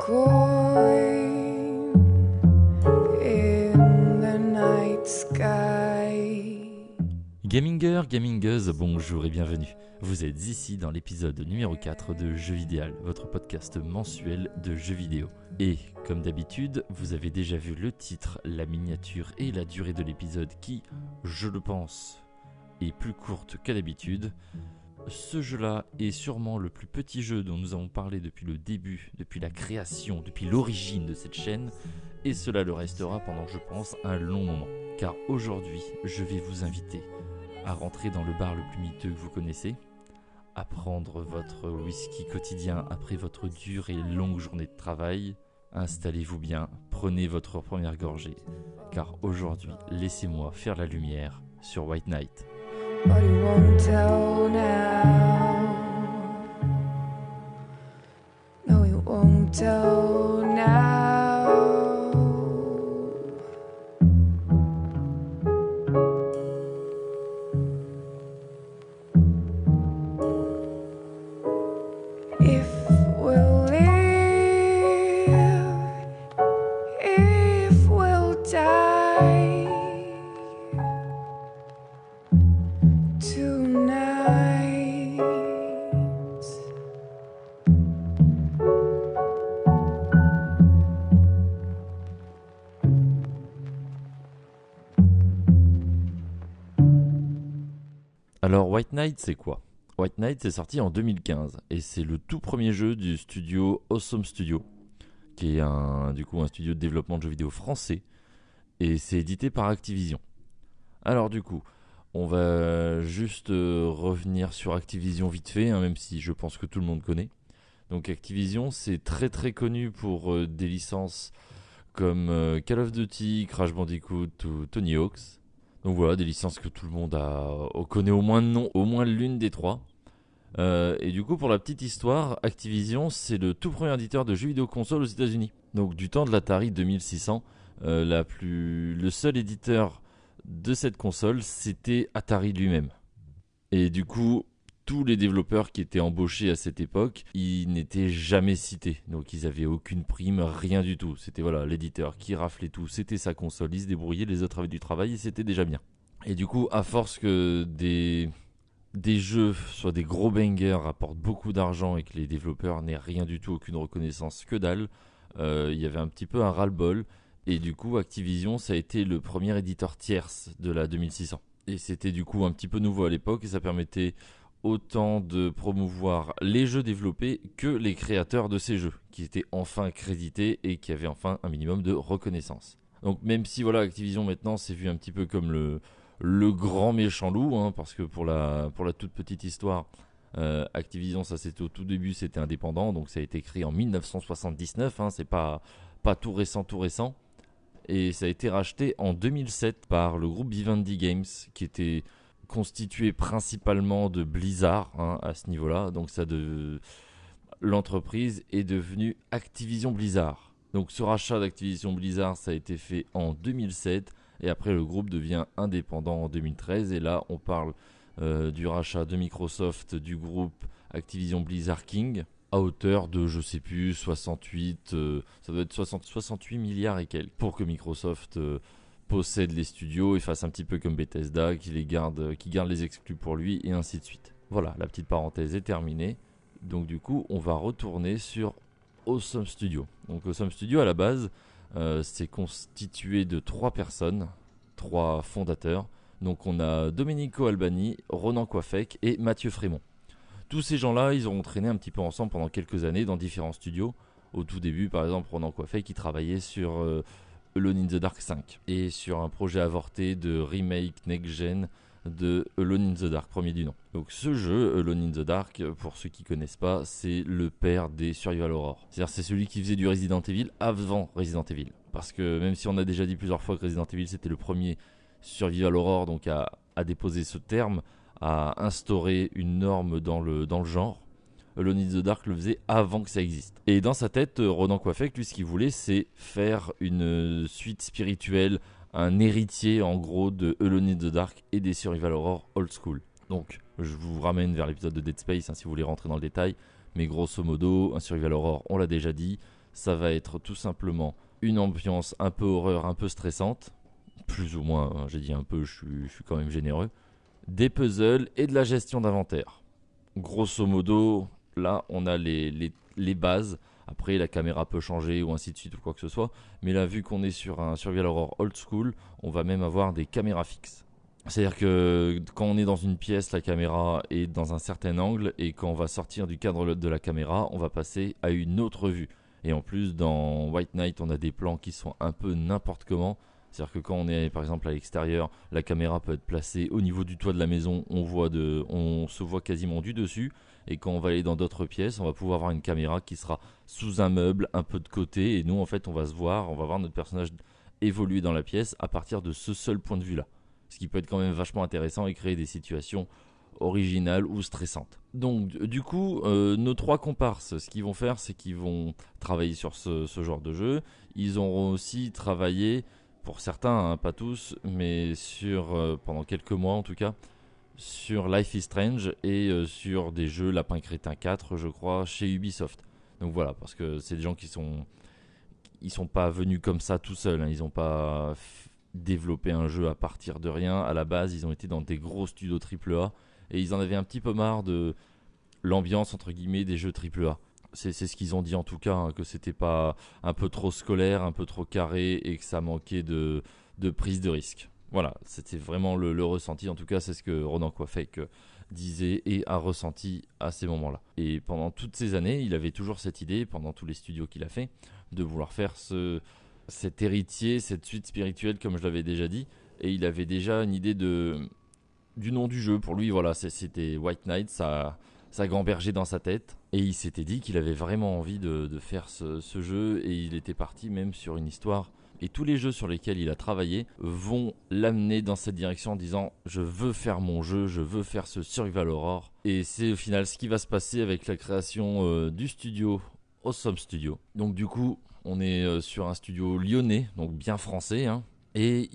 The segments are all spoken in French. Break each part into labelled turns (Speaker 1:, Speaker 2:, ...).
Speaker 1: coin in the night sky.
Speaker 2: Gaminger, gamingeuse, bonjour et bienvenue. Vous êtes ici dans l'épisode numéro 4 de Jeux Vidéal, votre podcast mensuel de jeux vidéo. Et comme d'habitude, vous avez déjà vu le titre, la miniature et la durée de l'épisode qui, je le pense, est plus courte que d'habitude. Ce jeu-là est sûrement le plus petit jeu dont nous avons parlé depuis le début, depuis la création, depuis l'origine de cette chaîne, et cela le restera pendant, je pense, un long moment. Car aujourd'hui, je vais vous inviter à rentrer dans le bar le plus miteux que vous connaissez, à prendre votre whisky quotidien après votre dure et longue journée de travail. Installez-vous bien, prenez votre première gorgée, car aujourd'hui, laissez-moi faire la lumière sur White Knight.
Speaker 1: But he won't tell now. No, he won't tell now. If we'll live, if we'll die tonight.
Speaker 2: Alors White Knight c'est quoi ? White Knight c'est sorti en 2015 et c'est le tout premier jeu du studio Awesome Studio, qui est un studio de développement de jeux vidéo français, et c'est édité par Activision. Alors du coup, on va juste revenir sur Activision vite fait, même si je pense que tout le monde connaît. Donc Activision, c'est très très connu pour des licences comme Call of Duty, Crash Bandicoot ou Tony Hawk's. Donc voilà, des licences que tout le monde connaît au moins de nom, au moins l'une des trois. Et du coup, pour la petite histoire, Activision, c'est le tout premier éditeur de jeux vidéo console aux États-Unis. Donc du temps de l'Atari 2600, le seul éditeur de cette console, c'était Atari lui-même. Et du coup, tous les développeurs qui étaient embauchés à cette époque, ils n'étaient jamais cités. Donc ils n'avaient aucune prime, rien du tout. C'était l'éditeur qui raflait tout, c'était sa console, il se débrouillait, les autres avaient du travail et c'était déjà bien. Et du coup, à force que des jeux, soit des gros bangers, rapportent beaucoup d'argent et que les développeurs n'aient rien du tout, aucune reconnaissance, que dalle, il y avait un petit peu un ras-le-bol. Et du coup, Activision, ça a été le premier éditeur tierce de la 2600. Et c'était du coup un petit peu nouveau à l'époque et ça permettait autant de promouvoir les jeux développés que les créateurs de ces jeux, qui étaient enfin crédités et qui avaient enfin un minimum de reconnaissance. Donc même si Activision maintenant c'est vu un petit peu comme le grand méchant loup, parce que pour la toute petite histoire, Activision, ça c'était au tout début, c'était indépendant, donc ça a été créé en 1979, c'est pas tout récent. Et ça a été racheté en 2007 par le groupe Vivendi Games, qui était constitué principalement de Blizzard à ce niveau-là. Donc l'entreprise est devenue Activision Blizzard. Donc ce rachat d'Activision Blizzard, ça a été fait en 2007. Et après, le groupe devient indépendant en 2013. Et là, on parle du rachat de Microsoft du groupe Activision Blizzard King, à hauteur de, je sais plus, 68 milliards et quelques, pour que Microsoft possède les studios et fasse un petit peu comme Bethesda, qui garde les exclus pour lui, et ainsi de suite. Voilà, la petite parenthèse est terminée. Donc du coup, on va retourner sur Awesome Studio. Donc Awesome Studio, à la base, c'est constitué de 3 personnes, 3 fondateurs. Donc on a Domenico Albani, Ronan Coiffec et Mathieu Frémont. Tous ces gens-là, ils auront traîné un petit peu ensemble pendant quelques années dans différents studios. Au tout début, par exemple, Ronan Coiffec qui travaillait sur Alone in the Dark 5 et sur un projet avorté de remake next-gen de Alone in the Dark, premier du nom. Donc ce jeu, Alone in the Dark, pour ceux qui ne connaissent pas, c'est le père des Survival Horror. C'est-à-dire c'est celui qui faisait du Resident Evil avant Resident Evil. Parce que même si on a déjà dit plusieurs fois que Resident Evil c'était le premier Survival Horror, donc à déposer ce terme, à instaurer une norme dans le genre, Alone in the Dark le faisait avant que ça existe. Et dans sa tête, Ronan Coiffec, lui, ce qu'il voulait, c'est faire une suite spirituelle, un héritier en gros de Alone in the Dark et des Survival Horror old school. Donc je vous ramène vers l'épisode de Dead Space si vous voulez rentrer dans le détail, mais grosso modo un Survival Horror, on l'a déjà dit, ça va être tout simplement une ambiance un peu horreur, un peu stressante, plus ou moins, hein, j'ai dit un peu, je suis quand même généreux, des puzzles et de la gestion d'inventaire. Grosso modo, là, on a les bases. Après, la caméra peut changer ou ainsi de suite ou quoi que ce soit. Mais là, vu qu'on est sur un survival horror old school, on va même avoir des caméras fixes. C'est-à-dire que quand on est dans une pièce, la caméra est dans un certain angle et quand on va sortir du cadre de la caméra, on va passer à une autre vue. Et en plus, dans White Knight, on a des plans qui sont un peu n'importe comment. C'est-à-dire que quand on est par exemple à l'extérieur, la caméra peut être placée au niveau du toit de la maison, on se voit quasiment du dessus. Et quand on va aller dans d'autres pièces, on va pouvoir avoir une caméra qui sera sous un meuble, un peu de côté. Et nous, en fait, on va voir notre personnage évoluer dans la pièce à partir de ce seul point de vue-là. Ce qui peut être quand même vachement intéressant et créer des situations originales ou stressantes. Donc du coup, nos 3 comparses, ce qu'ils vont faire, c'est qu'ils vont travailler sur ce genre de jeu. Ils auront aussi travaillé, pour certains, hein, pas tous, mais pendant quelques mois en tout cas, sur Life is Strange et sur des jeux Lapin Crétin 4, je crois, chez Ubisoft. Donc voilà, parce que c'est des gens ils sont pas venus comme ça tout seuls, hein. Ils n'ont pas développé un jeu à partir de rien. À la base, ils ont été dans des gros studios AAA et ils en avaient un petit peu marre de l'ambiance entre guillemets des jeux AAA. C'est ce qu'ils ont dit en tout cas, hein, que c'était pas un peu trop scolaire, un peu trop carré et que ça manquait de prise de risque. Voilà, c'était vraiment le ressenti. En tout cas, c'est ce que Ronan Coifec disait et a ressenti à ces moments-là. Et pendant toutes ces années, il avait toujours cette idée, pendant tous les studios qu'il a fait, de vouloir faire cet héritier, cette suite spirituelle, comme je l'avais déjà dit. Et il avait déjà une idée du nom du jeu. Pour lui, voilà, c'était White Knight, ça gambergeait dans sa tête. Et il s'était dit qu'il avait vraiment envie de faire ce jeu. Et il était parti même sur une histoire. Et tous les jeux sur lesquels il a travaillé vont l'amener dans cette direction en disant je veux faire mon jeu, je veux faire ce survival horror. Et c'est au final ce qui va se passer avec la création du studio Awesome Studio. Donc du coup, on est sur un studio lyonnais, donc bien français, hein. Et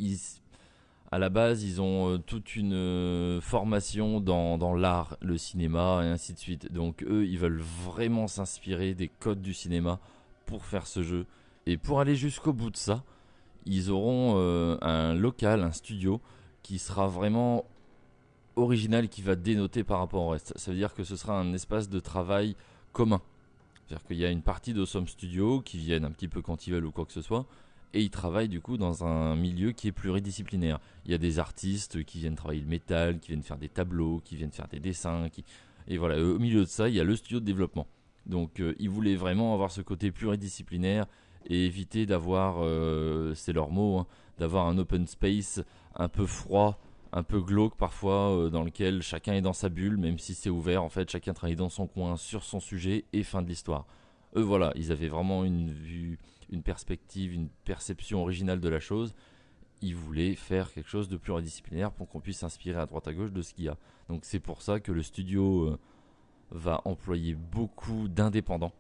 Speaker 2: à la base, ils ont toute une formation dans l'art, le cinéma et ainsi de suite. Donc eux, ils veulent vraiment s'inspirer des codes du cinéma pour faire ce jeu. Et pour aller jusqu'au bout de ça, ils auront un local, un studio qui sera vraiment original, qui va dénoter par rapport au reste. Ça veut dire que ce sera un espace de travail commun. C'est-à-dire qu'il y a une partie d'Awesome Studio qui viennent un petit peu quand ils veulent ou quoi que ce soit. Et ils travaillent du coup dans un milieu qui est pluridisciplinaire. Il y a des artistes qui viennent travailler le métal, qui viennent faire des tableaux, qui viennent faire des dessins. Et voilà, au milieu de ça, il y a le studio de développement. Donc ils voulaient vraiment avoir ce côté pluridisciplinaire et éviter d'avoir, c'est leur mot, hein, d'avoir un open space un peu froid, un peu glauque parfois, dans lequel chacun est dans sa bulle, même si c'est ouvert, en fait, chacun travaille dans son coin sur son sujet et fin de l'histoire. Eux, voilà, ils avaient vraiment une vue, une perspective, une perception originale de la chose. Ils voulaient faire quelque chose de pluridisciplinaire pour qu'on puisse s'inspirer à droite à gauche de ce qu'il y a. Donc c'est pour ça que le studio va employer beaucoup d'indépendants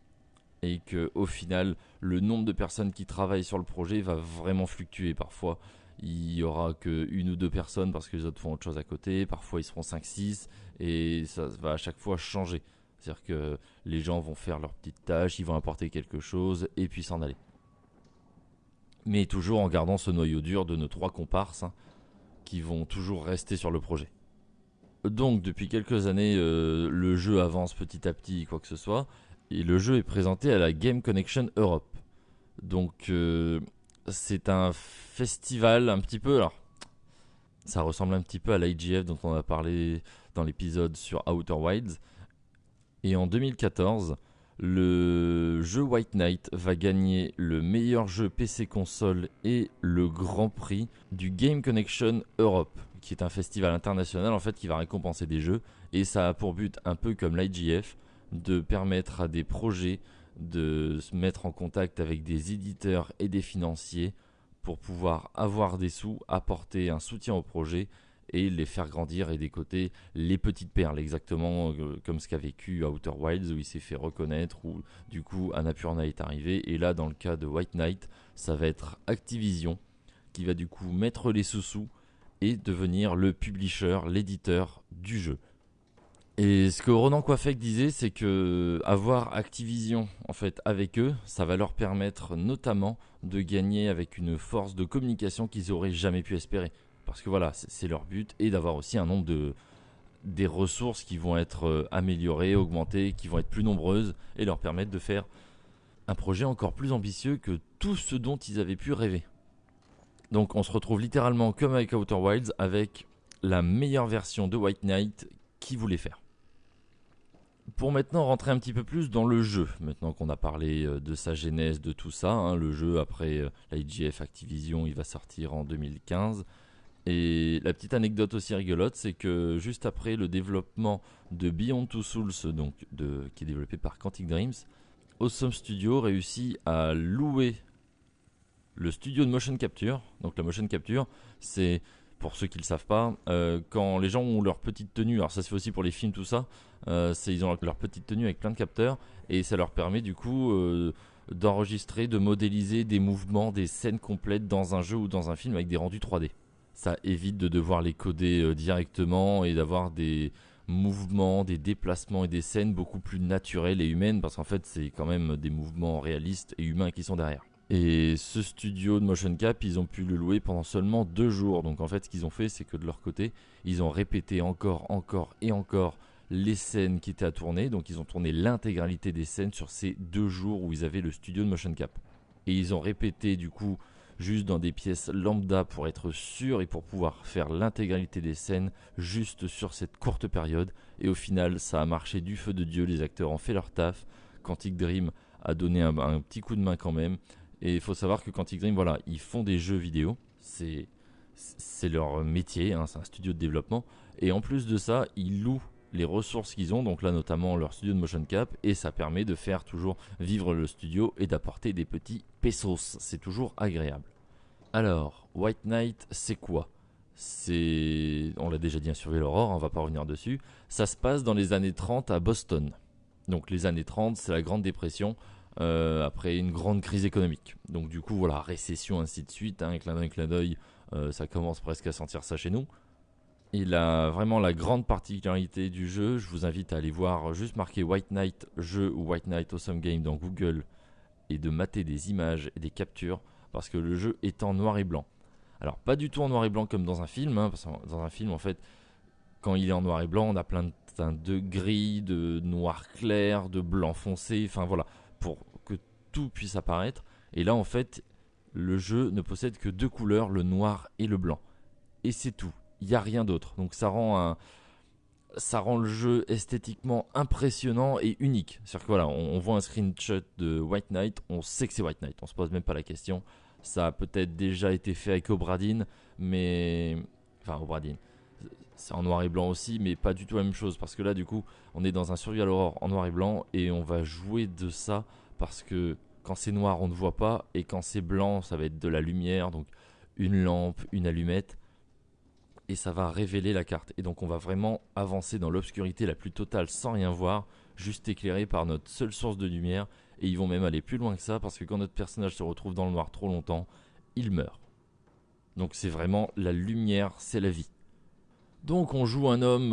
Speaker 2: et que au final le nombre de personnes qui travaillent sur le projet va vraiment fluctuer. Parfois il y aura que une ou deux personnes parce que les autres font autre chose à côté, parfois ils seront 5-6 et ça va à chaque fois changer. C'est-à-dire que les gens vont faire leurs petites tâches, ils vont apporter quelque chose et puis s'en aller. Mais toujours en gardant ce noyau dur de nos 3 comparses, hein, qui vont toujours rester sur le projet. Donc depuis quelques années, le jeu avance petit à petit, quoi que ce soit, et le jeu est présenté à la Game Connection Europe. Donc c'est un festival un petit peu, alors ça ressemble un petit peu à l'IGF dont on a parlé dans l'épisode sur Outer Wilds. Et en 2014, le jeu White Knight va gagner le meilleur jeu PC console et le grand prix du Game Connection Europe, qui est un festival international en fait qui va récompenser des jeux. Et ça a pour but, un peu comme l'IGF, de permettre à des projets de se mettre en contact avec des éditeurs et des financiers pour pouvoir avoir des sous, apporter un soutien au projet et les faire grandir et décoter les petites perles, exactement comme ce qu'a vécu Outer Wilds où il s'est fait reconnaître, où du coup Annapurna est arrivé. Et là dans le cas de White Knight, ça va être Activision qui va du coup mettre les sous-sous et devenir le publisher, l'éditeur du jeu. Et ce que Ronan Coiffec disait, c'est que avoir Activision en fait avec eux, ça va leur permettre notamment de gagner avec une force de communication qu'ils auraient jamais pu espérer. Parce que voilà, c'est leur but, et d'avoir aussi un nombre de des ressources qui vont être améliorées, augmentées, qui vont être plus nombreuses et leur permettre de faire un projet encore plus ambitieux que tout ce dont ils avaient pu rêver. Donc on se retrouve littéralement comme avec Outer Wilds avec la meilleure version de White Knight qu'ils voulaient faire. Pour maintenant rentrer un petit peu plus dans le jeu, maintenant qu'on a parlé de sa genèse, de tout ça, hein, le jeu après la IGF Activision, il va sortir en 2015. Et la petite anecdote aussi rigolote, c'est que juste après le développement de Beyond Two Souls, qui est développé par Quantic Dreams, Awesome Studio réussit à louer le studio de motion capture. Donc la motion capture, c'est, pour ceux qui ne le savent pas, quand les gens ont leur petite tenue, alors ça se fait aussi pour les films, tout ça, ils ont leur petite tenue avec plein de capteurs, et ça leur permet du coup d'enregistrer, de modéliser des mouvements, des scènes complètes dans un jeu ou dans un film avec des rendus 3D. Ça évite de devoir les coder directement et d'avoir des mouvements, des déplacements et des scènes beaucoup plus naturelles et humaines, parce qu'en fait c'est quand même des mouvements réalistes et humains qui sont derrière. Et ce studio de motion cap, ils ont pu le louer pendant seulement 2 jours. Donc en fait ce qu'ils ont fait, c'est que de leur côté, ils ont répété encore et encore les scènes qui étaient à tourner. Donc ils ont tourné l'intégralité des scènes sur ces 2 jours où ils avaient le studio de motion cap. Et ils ont répété du coup juste dans des pièces lambda pour être sûr et pour pouvoir faire l'intégralité des scènes juste sur cette courte période. Et au final, ça a marché du feu de Dieu, les acteurs ont fait leur taf. Quantic Dream a donné un petit coup de main quand même. Et il faut savoir que Quantic Dream, voilà, ils font des jeux vidéo, c'est leur métier, hein, c'est un studio de développement. Et en plus de ça, ils louent les ressources qu'ils ont, donc là notamment leur studio de motion cap, et ça permet de faire toujours vivre le studio et d'apporter des petits pesos, c'est toujours agréable. Alors, White Knight, c'est quoi? On l'a déjà dit, un survie l'aurore, on va pas revenir dessus. Ça se passe dans les années 30 à Boston. Donc les années 30, c'est la Grande Dépression, après une grande crise économique. Donc du coup, voilà, récession, ainsi de suite, hein, clin d'œil, ça commence presque à sentir ça chez nous. Il a vraiment la grande particularité du jeu, je vous invite à aller voir, juste marquer White Knight jeu ou White Knight Awesome Game dans Google et de mater des images et des captures, parce que le jeu est en noir et blanc. Alors pas du tout en noir et blanc comme dans un film, hein, parce que dans un film en fait, quand il est en noir et blanc, on a plein de gris, de noir clair, de blanc foncé, enfin voilà, pour que tout puisse apparaître. Et là en fait, le jeu ne possède que 2 couleurs, le noir et le blanc. Et c'est tout, il n'y a rien d'autre. Donc ça rend le jeu esthétiquement impressionnant et unique. C'est-à-dire que voilà, on voit un screenshot de White Knight, on sait que c'est White Knight, on se pose même pas la question. Ça a peut-être déjà été fait avec Obra Dinn, mais... Enfin, Obra Dinn. C'est en noir et blanc aussi, mais pas du tout la même chose. Parce que là, du coup, on est dans un survival horror en noir et blanc, et on va jouer de ça, parce que quand c'est noir, on ne voit pas, et quand c'est blanc, ça va être de la lumière, donc une lampe, une allumette, et ça va révéler la carte. Et donc on va vraiment avancer dans l'obscurité la plus totale sans rien voir, juste éclairé par notre seule source de lumière. Et ils vont même aller plus loin que ça, parce que quand notre personnage se retrouve dans le noir trop longtemps, il meurt. Donc c'est vraiment la lumière, c'est la vie. Donc on joue un homme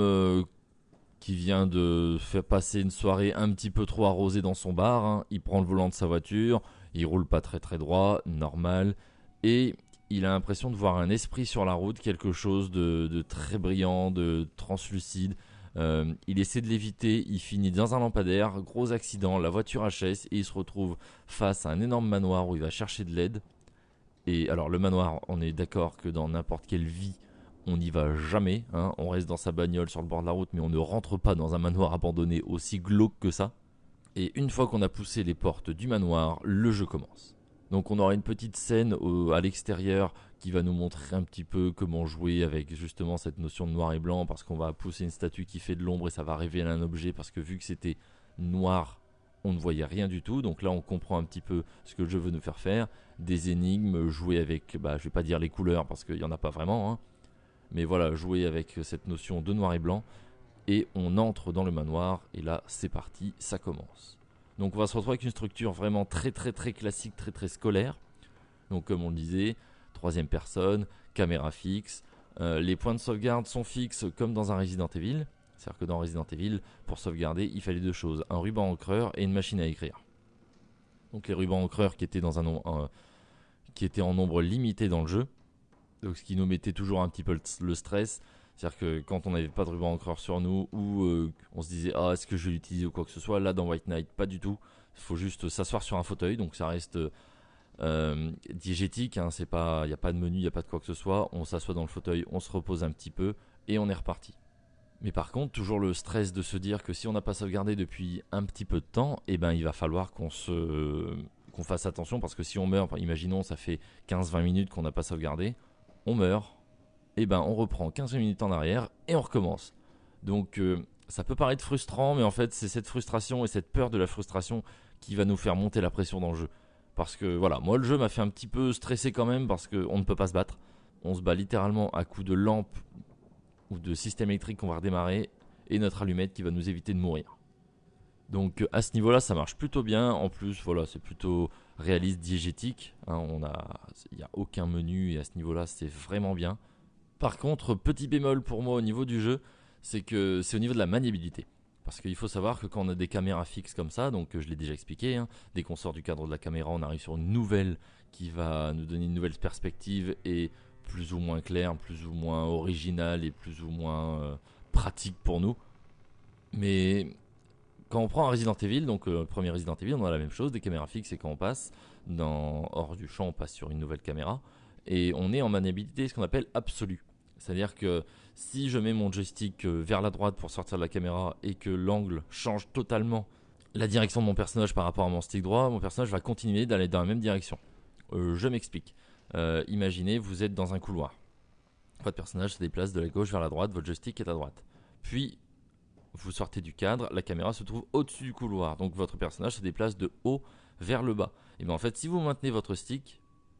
Speaker 2: qui vient de faire passer une soirée un petit peu trop arrosée dans son bar, hein. Il prend le volant de sa voiture, il roule pas très très droit, normal, et il a l'impression de voir un esprit sur la route, quelque chose de très brillant, de translucide. Il essaie de l'éviter, il finit dans un lampadaire, gros accident, la voiture HS, et il se retrouve face à un énorme manoir où il va chercher de l'aide. Et alors le manoir, on est d'accord que dans n'importe quelle vie, on n'y va jamais, hein. On reste dans sa bagnole sur le bord de la route, mais on ne rentre pas dans un manoir abandonné aussi glauque que ça. Et une fois qu'on a poussé les portes du manoir, le jeu commence. Donc on aura une petite scène à l'extérieur qui va nous montrer un petit peu comment jouer avec justement cette notion de noir et blanc, parce qu'on va pousser une statue qui fait de l'ombre et ça va révéler un objet, parce que vu que c'était noir, on ne voyait rien du tout. Donc là on comprend un petit peu ce que le jeu veut nous faire faire. Des énigmes, jouer avec, je vais pas dire les couleurs parce qu'il n'y en a pas vraiment, hein. Mais voilà, jouer avec cette notion de noir et blanc. Et on entre dans le manoir, et là c'est parti, ça commence. Donc on va se retrouver avec une structure vraiment très très très classique, très très scolaire. Donc comme on le disait, troisième personne, caméra fixe. Les points de sauvegarde sont fixes comme dans un Resident Evil. C'est-à-dire que dans Resident Evil, pour sauvegarder, il fallait deux choses, un ruban encreur et une machine à écrire. Donc les rubans encreurs qui étaient, qui étaient en nombre limité dans le jeu, donc ce qui nous mettait toujours un petit peu le stress. C'est-à-dire que quand on n'avait pas de ruban encreur sur nous, ou on se disait ah est-ce que je vais l'utiliser ou quoi que ce soit, là dans White Knight pas du tout. Il faut juste s'asseoir sur un fauteuil, donc ça reste diégétique, hein, il n'y a pas de menu, il n'y a pas de quoi que ce soit. On s'assoit dans le fauteuil, on se repose un petit peu et on est reparti. Mais par contre, toujours le stress de se dire que si on n'a pas sauvegardé depuis un petit peu de temps, eh ben, il va falloir qu'on fasse attention, parce que si on meurt, imaginons ça fait 15-20 minutes qu'on n'a pas sauvegardé, on meurt, et ben on reprend 15 minutes en arrière et on recommence. Donc ça peut paraître frustrant, mais en fait c'est cette frustration et cette peur de la frustration qui va nous faire monter la pression dans le jeu. Parce que voilà, moi le jeu m'a fait un petit peu stresser quand même, parce qu'on ne peut pas se battre. On se bat littéralement à coups de lampe ou de système électrique qu'on va redémarrer, et notre allumette qui va nous éviter de mourir. Donc à ce niveau-là ça marche plutôt bien. En plus voilà, c'est plutôt réaliste, diégétique, hein, il n'y a aucun menu, et à ce niveau-là c'est vraiment bien. Par contre, petit bémol pour moi au niveau du jeu, c'est que c'est au niveau de la maniabilité. Parce qu'il faut savoir que quand on a des caméras fixes comme ça, donc je l'ai déjà expliqué, hein, dès qu'on sort du cadre de la caméra, on arrive sur une nouvelle qui va nous donner une nouvelle perspective, et plus ou moins claire, plus ou moins originale, et plus ou moins pratique pour nous. Mais quand on prend un Resident Evil, donc le premier Resident Evil, on a la même chose, des caméras fixes, et quand on passe hors du champ, on passe sur une nouvelle caméra, et on est en maniabilité ce qu'on appelle absolue. C'est-à-dire que si je mets mon joystick vers la droite pour sortir de la caméra, et que l'angle change totalement la direction de mon personnage par rapport à mon stick droit, mon personnage va continuer d'aller dans la même direction. Je m'explique. Imaginez, vous êtes dans un couloir. Votre personnage se déplace de la gauche vers la droite, votre joystick est à droite. Puis, vous sortez du cadre, la caméra se trouve au-dessus du couloir. Donc votre personnage se déplace de haut vers le bas. Et bien en fait, si vous maintenez votre stick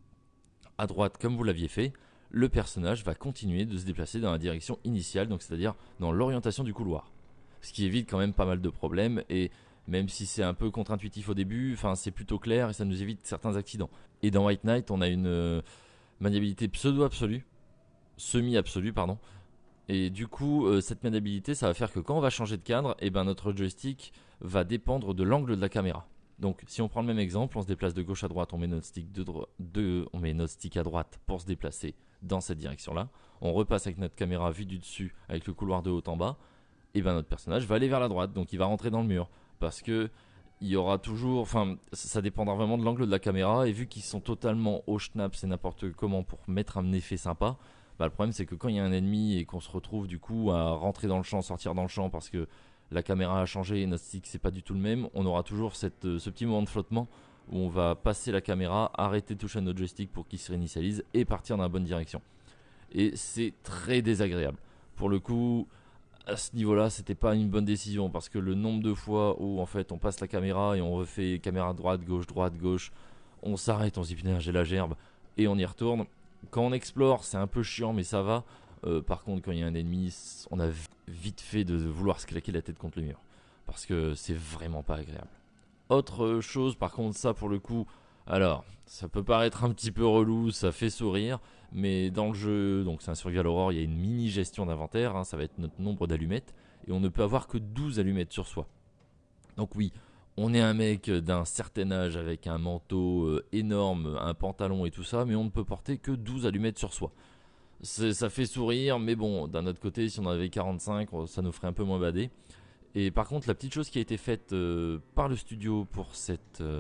Speaker 2: à droite comme vous l'aviez fait, le personnage va continuer de se déplacer dans la direction initiale, donc c'est-à-dire dans l'orientation du couloir. Ce qui évite quand même pas mal de problèmes, et même si c'est un peu contre-intuitif au début, c'est plutôt clair et ça nous évite certains accidents. Et dans White Knight, on a une maniabilité pseudo-absolue, semi-absolue pardon. Et du coup, cette maniabilité, ça va faire que quand on va changer de cadre, et ben notre joystick va dépendre de l'angle de la caméra. Donc si on prend le même exemple, on se déplace de gauche à droite, on met notre stick, on met notre stick à droite pour se déplacer dans cette direction-là. On repasse avec notre caméra vue du dessus, avec le couloir de haut en bas, et ben notre personnage va aller vers la droite, donc il va rentrer dans le mur. Parce que il y aura toujours, ça dépendra vraiment de l'angle de la caméra, et vu qu'ils sont totalement au schnapp, c'est n'importe comment pour mettre un effet sympa, le problème c'est que quand il y a un ennemi et qu'on se retrouve du coup à rentrer dans le champ, sortir dans le champ parce que la caméra a changé et notre stick c'est pas du tout le même, on aura toujours ce petit moment de flottement où on va passer la caméra, arrêter de toucher notre joystick pour qu'il se réinitialise et partir dans la bonne direction. Et c'est très désagréable. Pour le coup, à ce niveau-là, c'était pas une bonne décision, parce que le nombre de fois où en fait on passe la caméra et on refait caméra droite, gauche, on s'arrête, on se dit putain j'ai la gerbe et on y retourne. Quand on explore, c'est un peu chiant, mais ça va. Par contre, quand il y a un ennemi, on a vite fait de vouloir se claquer la tête contre le mur, parce que c'est vraiment pas agréable. Autre chose, par contre, ça pour le coup, alors ça peut paraître un petit peu relou, ça fait sourire, mais dans le jeu, donc c'est un survival horror, il y a une mini gestion d'inventaire, hein, ça va être notre nombre d'allumettes, et on ne peut avoir que 12 allumettes sur soi. Donc oui, on est un mec d'un certain âge avec un manteau énorme, un pantalon et tout ça, mais on ne peut porter que 12 allumettes sur soi. Ça fait sourire, mais bon, d'un autre côté, si on en avait 45, ça nous ferait un peu moins bader. Et par contre, la petite chose qui a été faite par le studio pour ce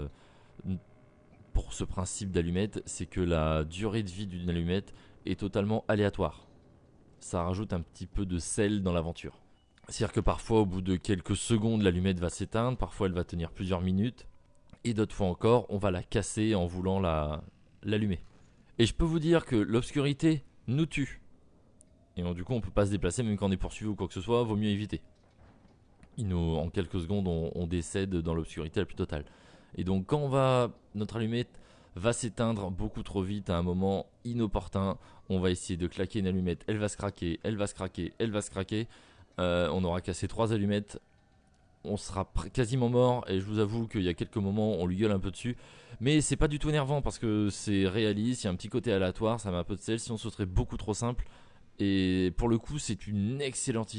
Speaker 2: principe d'allumette, c'est que la durée de vie d'une allumette est totalement aléatoire. Ça rajoute un petit peu de sel dans l'aventure. C'est-à-dire que parfois, au bout de quelques secondes, l'allumette va s'éteindre, parfois elle va tenir plusieurs minutes, et d'autres fois encore, on va la casser en voulant l'allumer. Et je peux vous dire que l'obscurité nous tue. Et donc, du coup, on peut pas se déplacer, même quand on est poursuivi ou quoi que ce soit, vaut mieux éviter. En quelques secondes, on décède dans l'obscurité la plus totale. Et donc, quand notre allumette va s'éteindre beaucoup trop vite à un moment inopportun, on va essayer de claquer une allumette, elle va se craquer, elle va se craquer, elle va se craquer. On aura cassé 3 allumettes, on sera quasiment mort, et je vous avoue qu'il y a quelques moments on lui gueule un peu dessus, mais c'est pas du tout énervant parce que c'est réaliste, il y a un petit côté aléatoire, ça met un peu de sel, sinon ce serait beaucoup trop simple. Et pour le coup c'est une excellente idée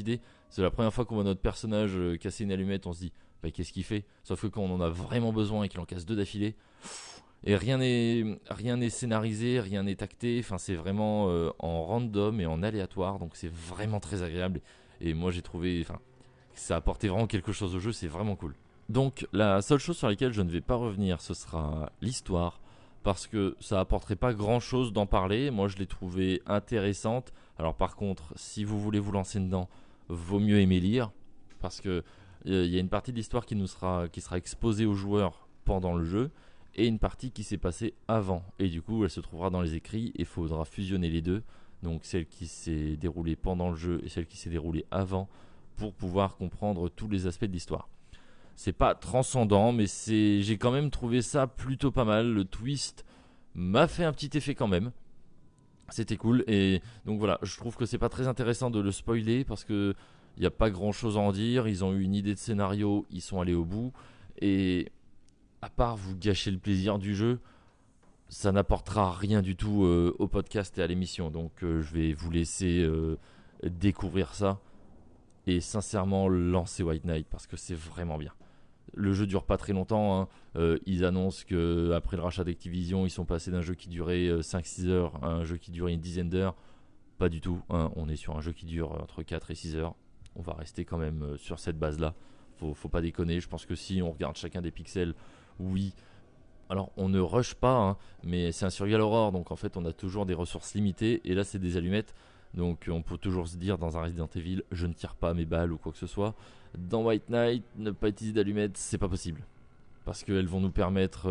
Speaker 2: C'est la première fois qu'on voit notre personnage casser une allumette, on se dit bah, qu'est-ce qu'il fait? Sauf que quand on en a vraiment besoin et qu'il en casse 2 d'affilée, et rien n'est scénarisé, rien n'est acté, enfin c'est vraiment en random et en aléatoire, donc c'est vraiment très agréable. Et moi j'ai trouvé, enfin ça apportait vraiment quelque chose au jeu, c'est vraiment cool. Donc la seule chose sur laquelle je ne vais pas revenir, ce sera l'histoire, parce que ça apporterait pas grand chose d'en parler. Moi je l'ai trouvée intéressante. Alors par contre, si vous voulez vous lancer dedans, vaut mieux aimer lire, parce que il y a une partie de l'histoire qui sera exposée aux joueurs pendant le jeu, et une partie qui s'est passée avant. Et du coup, elle se trouvera dans les écrits et il faudra fusionner les deux. Donc celle qui s'est déroulée pendant le jeu et celle qui s'est déroulée avant pour pouvoir comprendre tous les aspects de l'histoire. C'est pas transcendant, mais j'ai quand même trouvé ça plutôt pas mal. Le twist m'a fait un petit effet quand même. C'était cool. Et donc voilà, je trouve que c'est pas très intéressant de le spoiler parce que il n'y a pas grand chose à en dire. Ils ont eu une idée de scénario, ils sont allés au bout. Et à part vous gâcher le plaisir du jeu, ça n'apportera rien du tout au podcast et à l'émission. Donc je vais vous laisser découvrir ça. Et sincèrement, lancez White Knight parce que c'est vraiment bien. Le jeu dure pas très longtemps. Hein. Ils annoncent qu'après le rachat d'Activision, ils sont passés d'un jeu qui durait 5-6 heures à un jeu qui durait une dizaine d'heures. Pas du tout. Hein. On est sur un jeu qui dure entre 4 et 6 heures. On va rester quand même sur cette base-là. Faut pas déconner. Je pense que si on regarde chacun des pixels, oui. Alors on ne rush pas, hein, mais c'est un survival horror, donc en fait on a toujours des ressources limitées. Et là c'est des allumettes. Donc on peut toujours se dire dans un Resident Evil, je ne tire pas mes balles ou quoi que ce soit. Dans White Knight, ne pas utiliser d'allumettes, c'est pas possible. Parce qu'elles vont nous permettre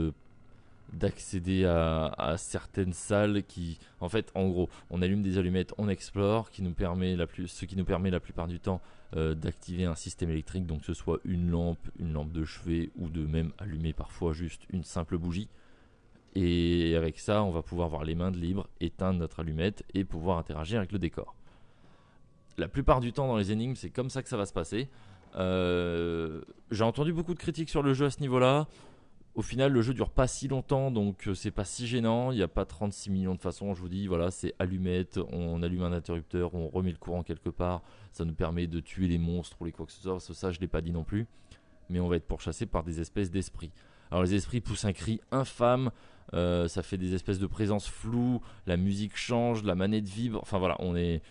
Speaker 2: d'accéder à certaines salles qui, en fait, en gros, on allume des allumettes, on explore, ce qui nous permet la plupart du temps d'activer un système électrique, donc que ce soit une lampe de chevet ou de même allumer parfois juste une simple bougie. Et avec ça, on va pouvoir voir les mains de libre, éteindre notre allumette et pouvoir interagir avec le décor. La plupart du temps dans les énigmes, c'est comme ça que ça va se passer. J'ai entendu beaucoup de critiques sur le jeu à ce niveau-là. Au final, le jeu dure pas si longtemps, donc c'est pas si gênant. Il n'y a pas 36 millions de façons. Je vous dis, voilà, c'est allumette, on allume un interrupteur, on remet le courant quelque part. Ça nous permet de tuer les monstres ou les quoi que ce soit. Ça, je l'ai pas dit non plus. Mais on va être pourchassé par des espèces d'esprits. Alors les esprits poussent un cri infâme. Ça fait des espèces de présences floues. La musique change, la manette vibre. Enfin voilà,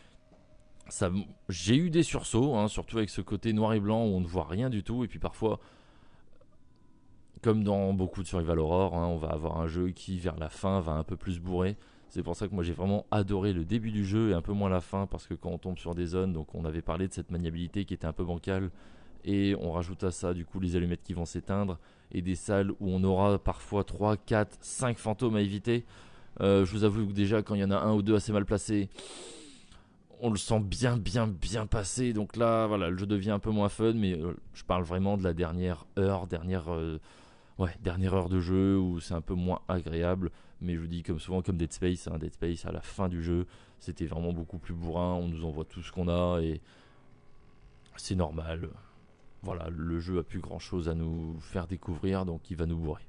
Speaker 2: j'ai eu des sursauts, hein, surtout avec ce côté noir et blanc où on ne voit rien du tout. Et puis parfois, comme dans beaucoup de survival horror, hein, on va avoir un jeu qui vers la fin va un peu plus bourrer. C'est pour ça que moi j'ai vraiment adoré le début du jeu et un peu moins la fin, parce que quand on tombe sur des zones, donc on avait parlé de cette maniabilité qui était un peu bancale, et on rajoute à ça du coup les allumettes qui vont s'éteindre et des salles où on aura parfois 3, 4, 5 fantômes à éviter. Je vous avoue que déjà quand il y en a un ou deux assez mal placés, on le sent bien passé. Donc là voilà, le jeu devient un peu moins fun, mais je parle vraiment de la dernière heure, dernière heure de jeu où c'est un peu moins agréable. Mais je vous dis comme souvent, comme Dead Space, hein, Dead Space à la fin du jeu c'était vraiment beaucoup plus bourrin, on nous envoie tout ce qu'on a et c'est normal. Voilà, le jeu a plus grand chose à nous faire découvrir, donc il va nous bourrer.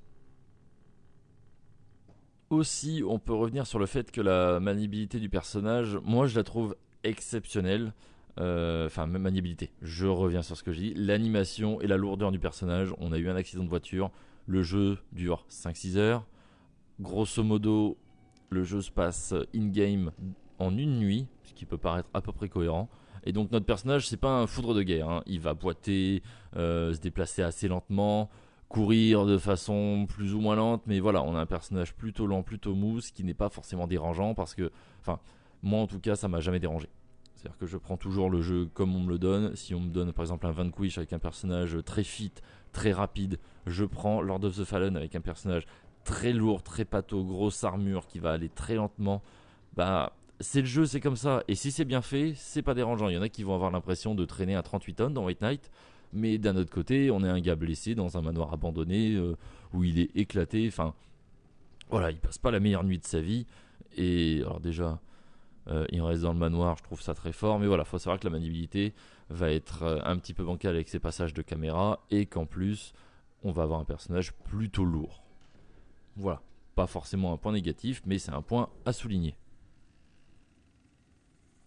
Speaker 2: Aussi, on peut revenir sur le fait que la maniabilité du personnage, moi je la trouve exceptionnelle. Enfin, même maniabilité, je reviens sur ce que j'ai dit. L'animation et la lourdeur du personnage, on a eu un accident de voiture, le jeu dure 5-6 heures. Grosso modo, le jeu se passe in-game en une nuit, ce qui peut paraître à peu près cohérent. Et donc notre personnage, c'est pas un foudre de guerre, hein. Il va boiter, se déplacer assez lentement, courir de façon plus ou moins lente, mais voilà, on a un personnage plutôt lent, plutôt mou, ce qui n'est pas forcément dérangeant parce que, enfin, moi en tout cas, ça m'a jamais dérangé. C'est-à-dire que je prends toujours le jeu comme on me le donne. Si on me donne par exemple un Vanquish avec un personnage très fit, très rapide, je prends Lord of the Fallen avec un personnage très lourd, très pâteau, grosse armure qui va aller très lentement. Bah, c'est le jeu, c'est comme ça. Et si c'est bien fait, c'est pas dérangeant. Il y en a qui vont avoir l'impression de traîner à 38 tonnes dans White Knight. Mais d'un autre côté, on est un gars blessé dans un manoir abandonné où il est éclaté. Enfin, voilà, il passe pas la meilleure nuit de sa vie. Et alors déjà, il reste dans le manoir, je trouve ça très fort. Mais voilà, faut savoir que la maniabilité va être un petit peu bancale avec ses passages de caméra. Et qu'en plus, on va avoir un personnage plutôt lourd. Voilà, pas forcément un point négatif, mais c'est un point à souligner.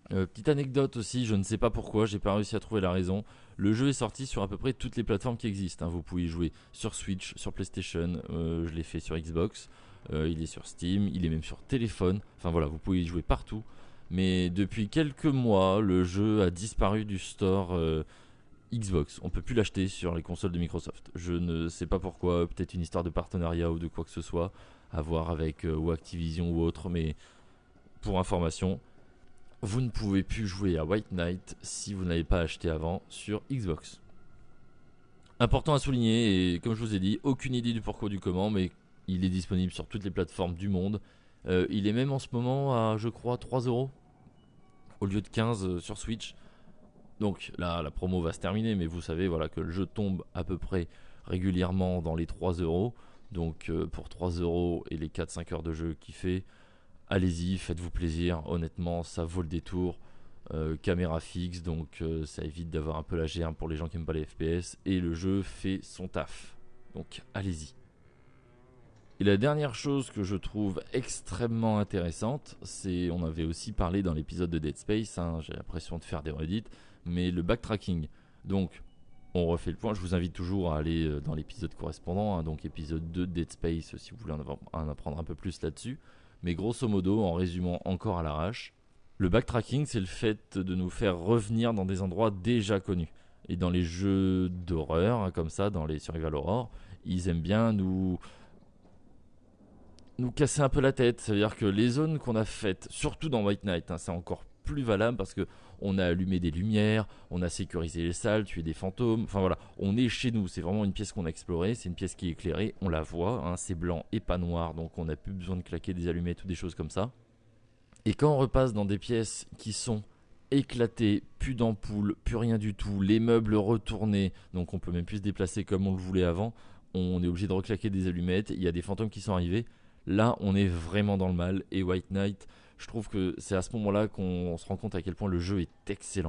Speaker 2: Petite anecdote aussi, je ne sais pas pourquoi, j'ai pas réussi à trouver la raison. Le jeu est sorti sur à peu près toutes les plateformes qui existent, hein. Vous pouvez y jouer sur Switch, sur PlayStation, je l'ai fait sur Xbox, il est sur Steam, il est même sur téléphone. Enfin voilà, vous pouvez y jouer partout. Mais depuis quelques mois, le jeu a disparu du store Xbox. On peut plus l'acheter sur les consoles de Microsoft. Je ne sais pas pourquoi, peut-être une histoire de partenariat ou de quoi que ce soit, à voir avec ou Activision ou autre, mais pour information, vous ne pouvez plus jouer à White Knight si vous n'avez pas acheté avant sur Xbox. Important à souligner, et comme je vous ai dit, aucune idée du pourquoi du comment, mais il est disponible sur toutes les plateformes du monde. Il est même en ce moment à, je crois, 3€ au lieu de 15 sur Switch. Donc là, la promo va se terminer, mais vous savez voilà, que le jeu tombe à peu près régulièrement dans les 3€. Donc pour 3€ et les 4-5 heures de jeu qu'il fait, allez-y, faites-vous plaisir. Honnêtement, ça vaut le détour. Caméra fixe, donc ça évite d'avoir un peu la germe pour les gens qui n'aiment pas les FPS. Et le jeu fait son taf. Donc allez-y. Et la dernière chose que je trouve extrêmement intéressante, c'est, on avait aussi parlé dans l'épisode de Dead Space, hein, j'ai l'impression de faire des redites, mais le backtracking. Donc, on refait le point, je vous invite toujours à aller dans l'épisode correspondant, hein, donc épisode 2 de Dead Space, si vous voulez en apprendre un peu plus là-dessus. Mais grosso modo, en résumant encore à l'arrache, le backtracking, c'est le fait de nous faire revenir dans des endroits déjà connus. Et dans les jeux d'horreur, hein, comme ça, dans les survival horror, ils aiment bien nous casser un peu la tête. C'est-à-dire que les zones qu'on a faites, surtout dans White Knight, hein, c'est encore plus valable parce que on a allumé des lumières, on a sécurisé les salles, tué des fantômes. Enfin voilà, on est chez nous. C'est vraiment une pièce qu'on a explorée. C'est une pièce qui est éclairée. On la voit, hein, c'est blanc et pas noir, donc on n'a plus besoin de claquer des allumettes ou des choses comme ça. Et quand on repasse dans des pièces qui sont éclatées, plus d'ampoules, plus rien du tout, les meubles retournés, donc on peut même plus se déplacer comme on le voulait avant, on est obligé de reclaquer des allumettes, il y a des fantômes qui sont arrivés. Là, on est vraiment dans le mal. Et White Knight, je trouve que c'est à ce moment-là qu'on se rend compte à quel point le jeu est excellent.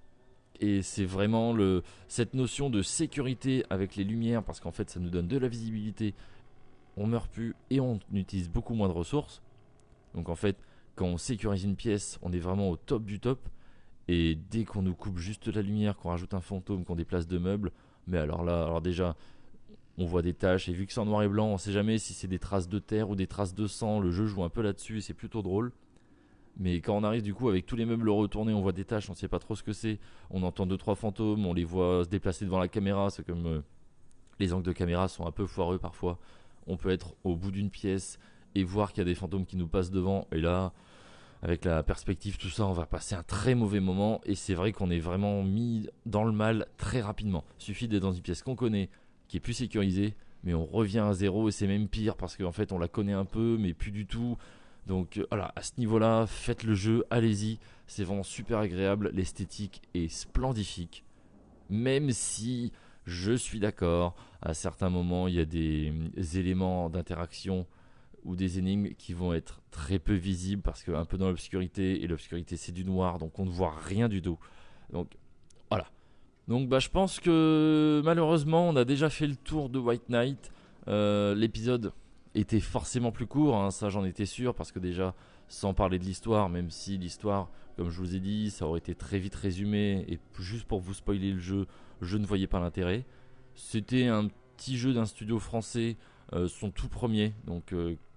Speaker 2: Et c'est vraiment cette notion de sécurité avec les lumières, parce qu'en fait, ça nous donne de la visibilité. On meurt plus et on utilise beaucoup moins de ressources. Donc en fait, quand on sécurise une pièce, on est vraiment au top du top. Et dès qu'on nous coupe juste la lumière, qu'on rajoute un fantôme, qu'on déplace deux meubles, mais alors là, alors déjà, on voit des taches, et vu que c'est en noir et blanc, on sait jamais si c'est des traces de terre ou des traces de sang. Le jeu joue un peu là-dessus et c'est plutôt drôle. Mais quand on arrive du coup avec tous les meubles retournés, on voit des taches, on sait pas trop ce que c'est. On entend 2-3 fantômes, on les voit se déplacer devant la caméra. C'est comme les angles de caméra sont un peu foireux parfois. On peut être au bout d'une pièce et voir qu'il y a des fantômes qui nous passent devant. Et là, avec la perspective, tout ça, on va passer un très mauvais moment. Et c'est vrai qu'on est vraiment mis dans le mal très rapidement. Il suffit d'être dans une pièce qu'on connaît, qui est plus sécurisée, mais on revient à zéro et c'est même pire parce qu'en fait on la connaît un peu, mais plus du tout. Donc voilà, à ce niveau-là, faites le jeu, allez-y. C'est vraiment super agréable. L'esthétique est splendifique. Même si je suis d'accord, à certains moments, il y a des éléments d'interaction ou des énigmes qui vont être très peu visibles parce qu'un peu dans l'obscurité, et l'obscurité c'est du noir, donc on ne voit rien du tout. Donc voilà. Donc bah, je pense que malheureusement on a déjà fait le tour de White Knight. L'épisode était forcément plus court, hein, ça j'en étais sûr, parce que déjà sans parler de l'histoire, même si l'histoire, comme je vous ai dit, ça aurait été très vite résumé, et juste pour vous spoiler le jeu, je ne voyais pas l'intérêt. C'était un petit jeu d'un studio français, son tout premier, donc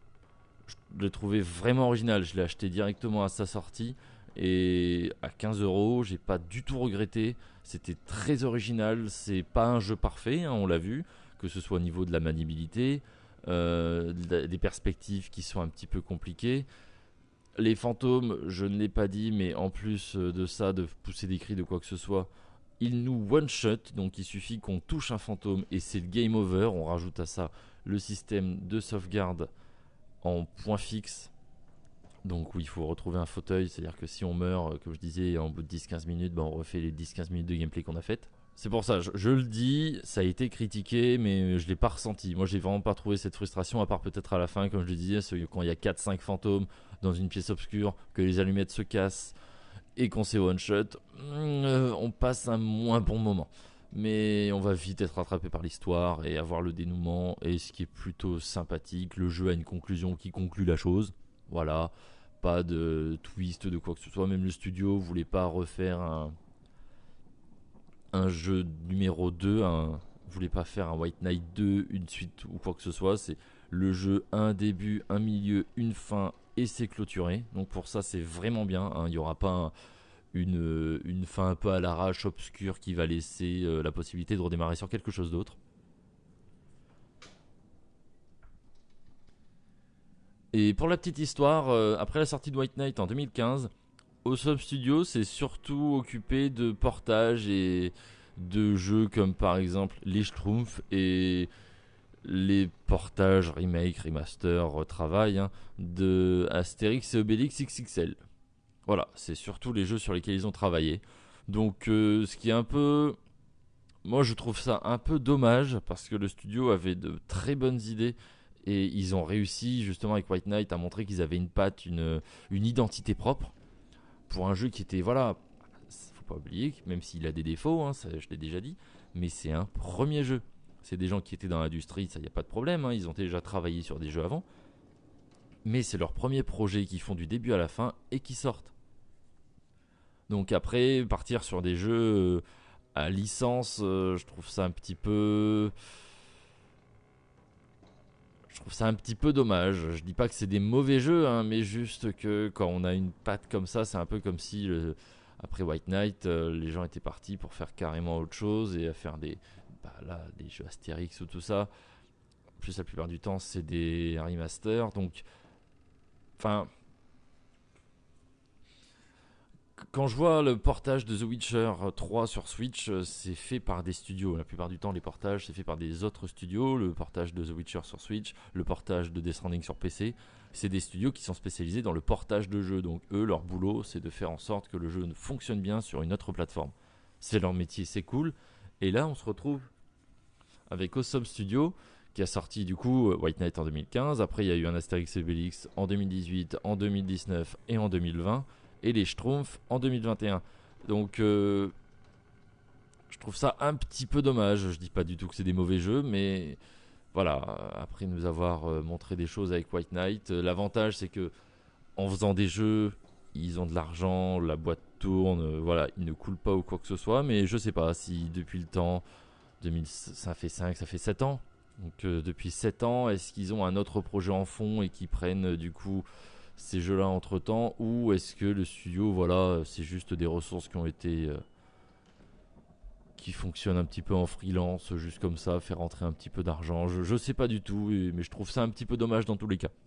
Speaker 2: je l'ai trouvé vraiment original. Je l'ai acheté directement à sa sortie et à 15€, j'ai pas du tout regretté. C'était très original. C'est pas un jeu parfait, hein, on l'a vu, que ce soit au niveau de la maniabilité, des perspectives qui sont un petit peu compliquées. Les fantômes, je ne l'ai pas dit, mais en plus de ça, de pousser des cris de quoi que ce soit, ils nous one-shot, donc il suffit qu'on touche un fantôme et c'est le game over. On rajoute à ça le système de sauvegarde en point fixe, donc où il faut retrouver un fauteuil, c'est à dire que si on meurt, comme je disais, en bout de 10-15 minutes, on refait les 10-15 minutes de gameplay qu'on a fait. C'est pour ça, je le dis, ça a été critiqué, mais je l'ai pas ressenti. Moi j'ai vraiment pas trouvé cette frustration, à part peut-être à la fin, comme je le disais, quand il y a 4-5 fantômes dans une pièce obscure, que les allumettes se cassent et qu'on s'est one shot, on passe un moins bon moment. Mais on va vite être rattrapé par l'histoire et avoir le dénouement, et ce qui est plutôt sympathique. Le jeu a une conclusion qui conclut la chose. Voilà, pas de twist de quoi que ce soit. Même le studio voulait pas refaire un jeu numéro 2, voulait pas faire un White Knight 2, une suite ou quoi que ce soit. C'est le jeu, un début, un milieu, une fin et c'est clôturé. Donc pour ça c'est vraiment bien, il n'y aura pas une fin un peu à l'arrache, obscure, qui va laisser la possibilité de redémarrer sur quelque chose d'autre. Et pour la petite histoire, après la sortie de White Knight en 2015, Awesome Studio s'est surtout occupé de portages et de jeux comme par exemple les Schtroumpfs et les portages, remake, remaster, retravail de Astérix et Obélix XXL. Voilà, c'est surtout les jeux sur lesquels ils ont travaillé. Donc ce qui est un peu... Moi je trouve ça un peu dommage parce que le studio avait de très bonnes idées et ils ont réussi justement avec White Knight à montrer qu'ils avaient une patte, une identité propre pour un jeu qui était, voilà, faut pas oublier, même s'il a des défauts, ça, je l'ai déjà dit, mais c'est un premier jeu. C'est des gens qui étaient dans l'industrie, ça y a pas de problème, ils ont déjà travaillé sur des jeux avant, mais c'est leur premier projet qui font du début à la fin et qui sortent. Donc après, partir sur des jeux à licence, je trouve ça un petit peu... Je trouve ça un petit peu dommage. Je dis pas que c'est des mauvais jeux, mais juste que quand on a une patte comme ça, c'est un peu comme si après White Knight, les gens étaient partis pour faire carrément autre chose et à faire des jeux Astérix ou tout ça. En plus, la plupart du temps, c'est des remasters. Donc, enfin, quand je vois le portage de The Witcher 3 sur Switch, c'est fait par des studios. La plupart du temps, les portages, c'est fait par des autres studios. Le portage de The Witcher sur Switch, le portage de Death Stranding sur PC, c'est des studios qui sont spécialisés dans le portage de jeux. Donc eux, leur boulot, c'est de faire en sorte que le jeu fonctionne bien sur une autre plateforme. C'est leur métier, c'est cool. Et là, on se retrouve avec Awesome Studio, qui a sorti du coup White Knight en 2015. Après, il y a eu un Astérix et Obélix en 2018, en 2019 et en 2020. Et les Schtroumpfs en 2021. Donc je trouve ça un petit peu dommage. Je dis pas du tout que c'est des mauvais jeux, mais voilà, après nous avoir montré des choses avec White Knight, l'avantage c'est que en faisant des jeux, ils ont de l'argent, la boîte tourne, voilà, ils ne coulent pas ou quoi que ce soit, mais je sais pas si depuis le temps, 2000, ça fait 7 ans. Donc depuis 7 ans, est-ce qu'ils ont un autre projet en fond et qu'ils prennent du coup ces jeux-là entre temps, ou est-ce que le studio, voilà, c'est juste des ressources qui ont été qui fonctionnent un petit peu en freelance, juste comme ça, faire rentrer un petit peu d'argent. Je sais pas du tout, mais je trouve ça un petit peu dommage dans tous les cas.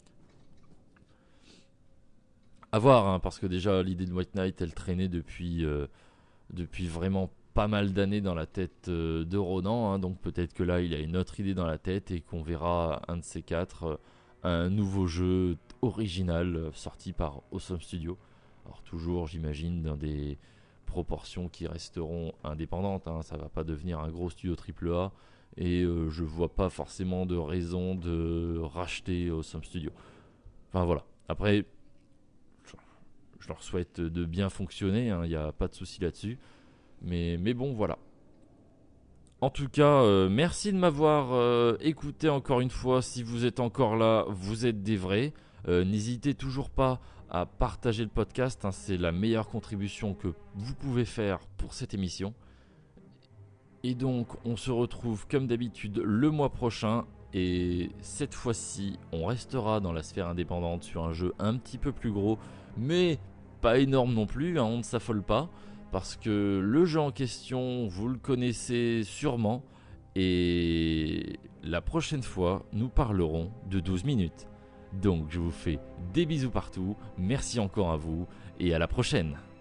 Speaker 2: À voir, parce que déjà l'idée de White Knight, elle traînait depuis vraiment pas mal d'années dans la tête de Ronan, donc peut-être que là il a une autre idée dans la tête et qu'on verra un de ces quatre, un nouveau jeu original sorti par Awesome Studio. Alors toujours, j'imagine, dans des proportions qui resteront indépendantes, ça va pas devenir un gros studio AAA et je vois pas forcément de raison de racheter Awesome Studio. Enfin voilà, après je leur souhaite de bien fonctionner, il n'y a pas de souci là-dessus, mais bon voilà. En tout cas, merci de m'avoir écouté encore une fois. Si vous êtes encore là, vous êtes des vrais. N'hésitez toujours pas à partager le podcast, c'est la meilleure contribution que vous pouvez faire pour cette émission. Et donc, on se retrouve comme d'habitude le mois prochain. Et cette fois-ci, on restera dans la sphère indépendante sur un jeu un petit peu plus gros, mais pas énorme non plus, on ne s'affole pas. Parce que le jeu en question, vous le connaissez sûrement. Et la prochaine fois, nous parlerons de 12 minutes. Donc je vous fais des bisous partout. Merci encore à vous et à la prochaine.